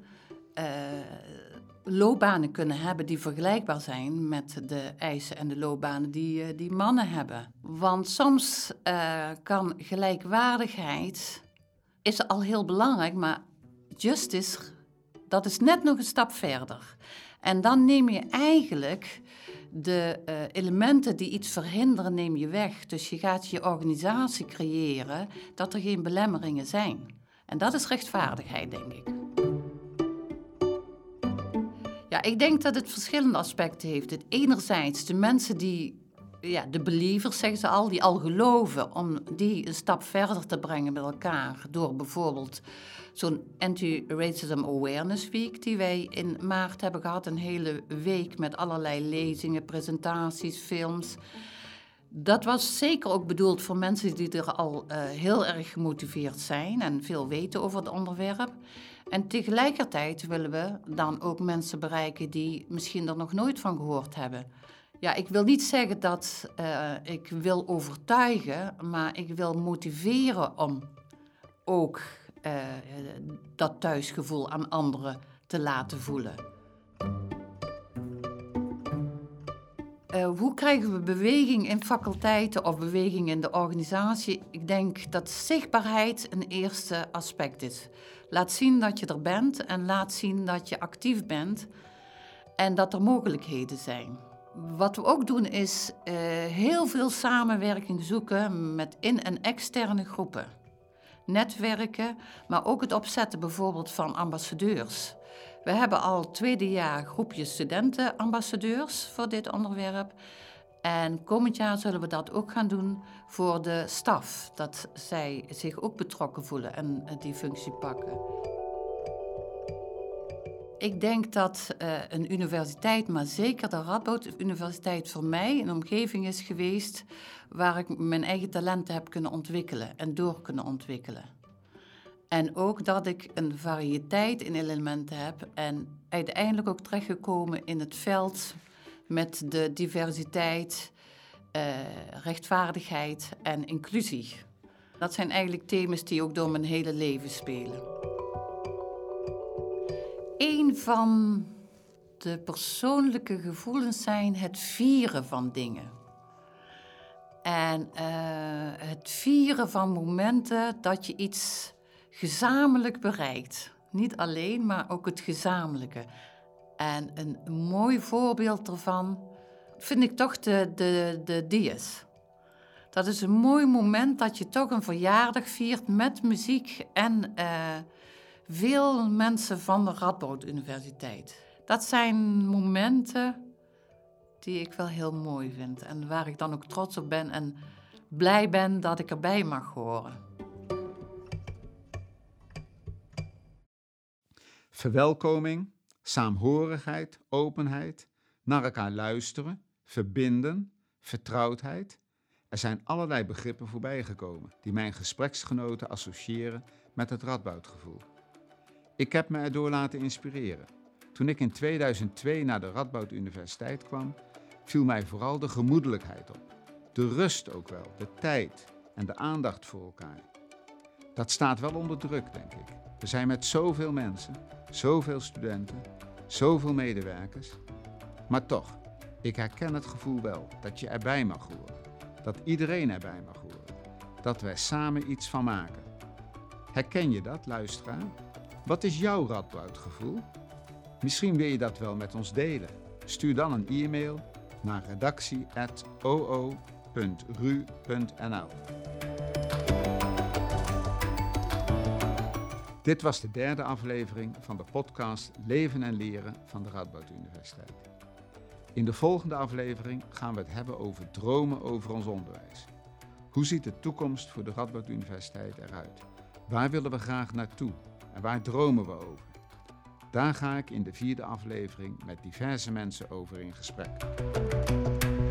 Speaker 7: loopbanen kunnen hebben die vergelijkbaar zijn met de eisen en de loopbanen die mannen hebben. Want soms kan gelijkwaardigheid, is al heel belangrijk, maar justice, dat is net nog een stap verder. En dan neem je eigenlijk de elementen die iets verhinderen, neem je weg. Dus je gaat je organisatie creëren dat er geen belemmeringen zijn. En dat is rechtvaardigheid, denk ik. Ja, ik denk dat het verschillende aspecten heeft. Het enerzijds de mensen die, de believers zeggen ze al, die al geloven, om die een stap verder te brengen met elkaar. Door bijvoorbeeld zo'n Anti-Racism Awareness Week die wij in maart hebben gehad. Een hele week met allerlei lezingen, presentaties, films. Dat was zeker ook bedoeld voor mensen die er al heel erg gemotiveerd zijn en veel weten over het onderwerp. En tegelijkertijd willen we dan ook mensen bereiken die misschien er nog nooit van gehoord hebben. Ja, ik wil niet zeggen dat ik wil overtuigen, maar ik wil motiveren om ook dat thuisgevoel aan anderen te laten voelen. Hoe krijgen we beweging in faculteiten of beweging in de organisatie? Ik denk dat zichtbaarheid een eerste aspect is. Laat zien dat je er bent en laat zien dat je actief bent en dat er mogelijkheden zijn. Wat we ook doen is heel veel samenwerking zoeken met in- en externe groepen. Netwerken, maar ook het opzetten bijvoorbeeld van ambassadeurs. We hebben al tweede jaar groepjes studentenambassadeurs voor dit onderwerp. En komend jaar zullen we dat ook gaan doen voor de staf. Dat zij zich ook betrokken voelen en die functie pakken. Ik denk dat een universiteit, maar zeker de Radboud Universiteit voor mij een omgeving is geweest waar ik mijn eigen talenten heb kunnen ontwikkelen en door kunnen ontwikkelen. En ook dat ik een variëteit in elementen heb en uiteindelijk ook terechtgekomen in het veld met de diversiteit, rechtvaardigheid en inclusie. Dat zijn eigenlijk thema's die ook door mijn hele leven spelen. Een van de persoonlijke gevoelens zijn het vieren van dingen. En het vieren van momenten dat je iets gezamenlijk bereikt. Niet alleen, maar ook het gezamenlijke. En een mooi voorbeeld daarvan vind ik toch de Dies. Dat is een mooi moment dat je toch een verjaardag viert met muziek en veel mensen van de Radboud Universiteit. Dat zijn momenten die ik wel heel mooi vind en waar ik dan ook trots op ben en blij ben dat ik erbij mag horen.
Speaker 1: Verwelkoming, saamhorigheid, openheid, naar elkaar luisteren, verbinden, vertrouwdheid. Er zijn allerlei begrippen voorbijgekomen die mijn gespreksgenoten associëren met het Radboudgevoel. Ik heb me erdoor laten inspireren. Toen ik in 2002 naar de Radboud Universiteit kwam, viel mij vooral de gemoedelijkheid op. De rust ook wel, de tijd en de aandacht voor elkaar. Dat staat wel onder druk, denk ik. We zijn met zoveel mensen, zoveel studenten, zoveel medewerkers. Maar toch, ik herken het gevoel wel dat je erbij mag horen. Dat iedereen erbij mag horen. Dat wij samen iets van maken. Herken je dat, luisteraar? Wat is jouw Radboudgevoel? Misschien wil je dat wel met ons delen. Stuur dan een e-mail naar redactie@oo.ru.nl. Dit was de derde aflevering van de podcast Leven en Leren van de Radboud Universiteit. In de volgende aflevering gaan we het hebben over dromen over ons onderwijs. Hoe ziet de toekomst voor de Radboud Universiteit eruit? Waar willen we graag naartoe? En waar dromen we over? Daar ga ik in de 4e aflevering met diverse mensen over in gesprek.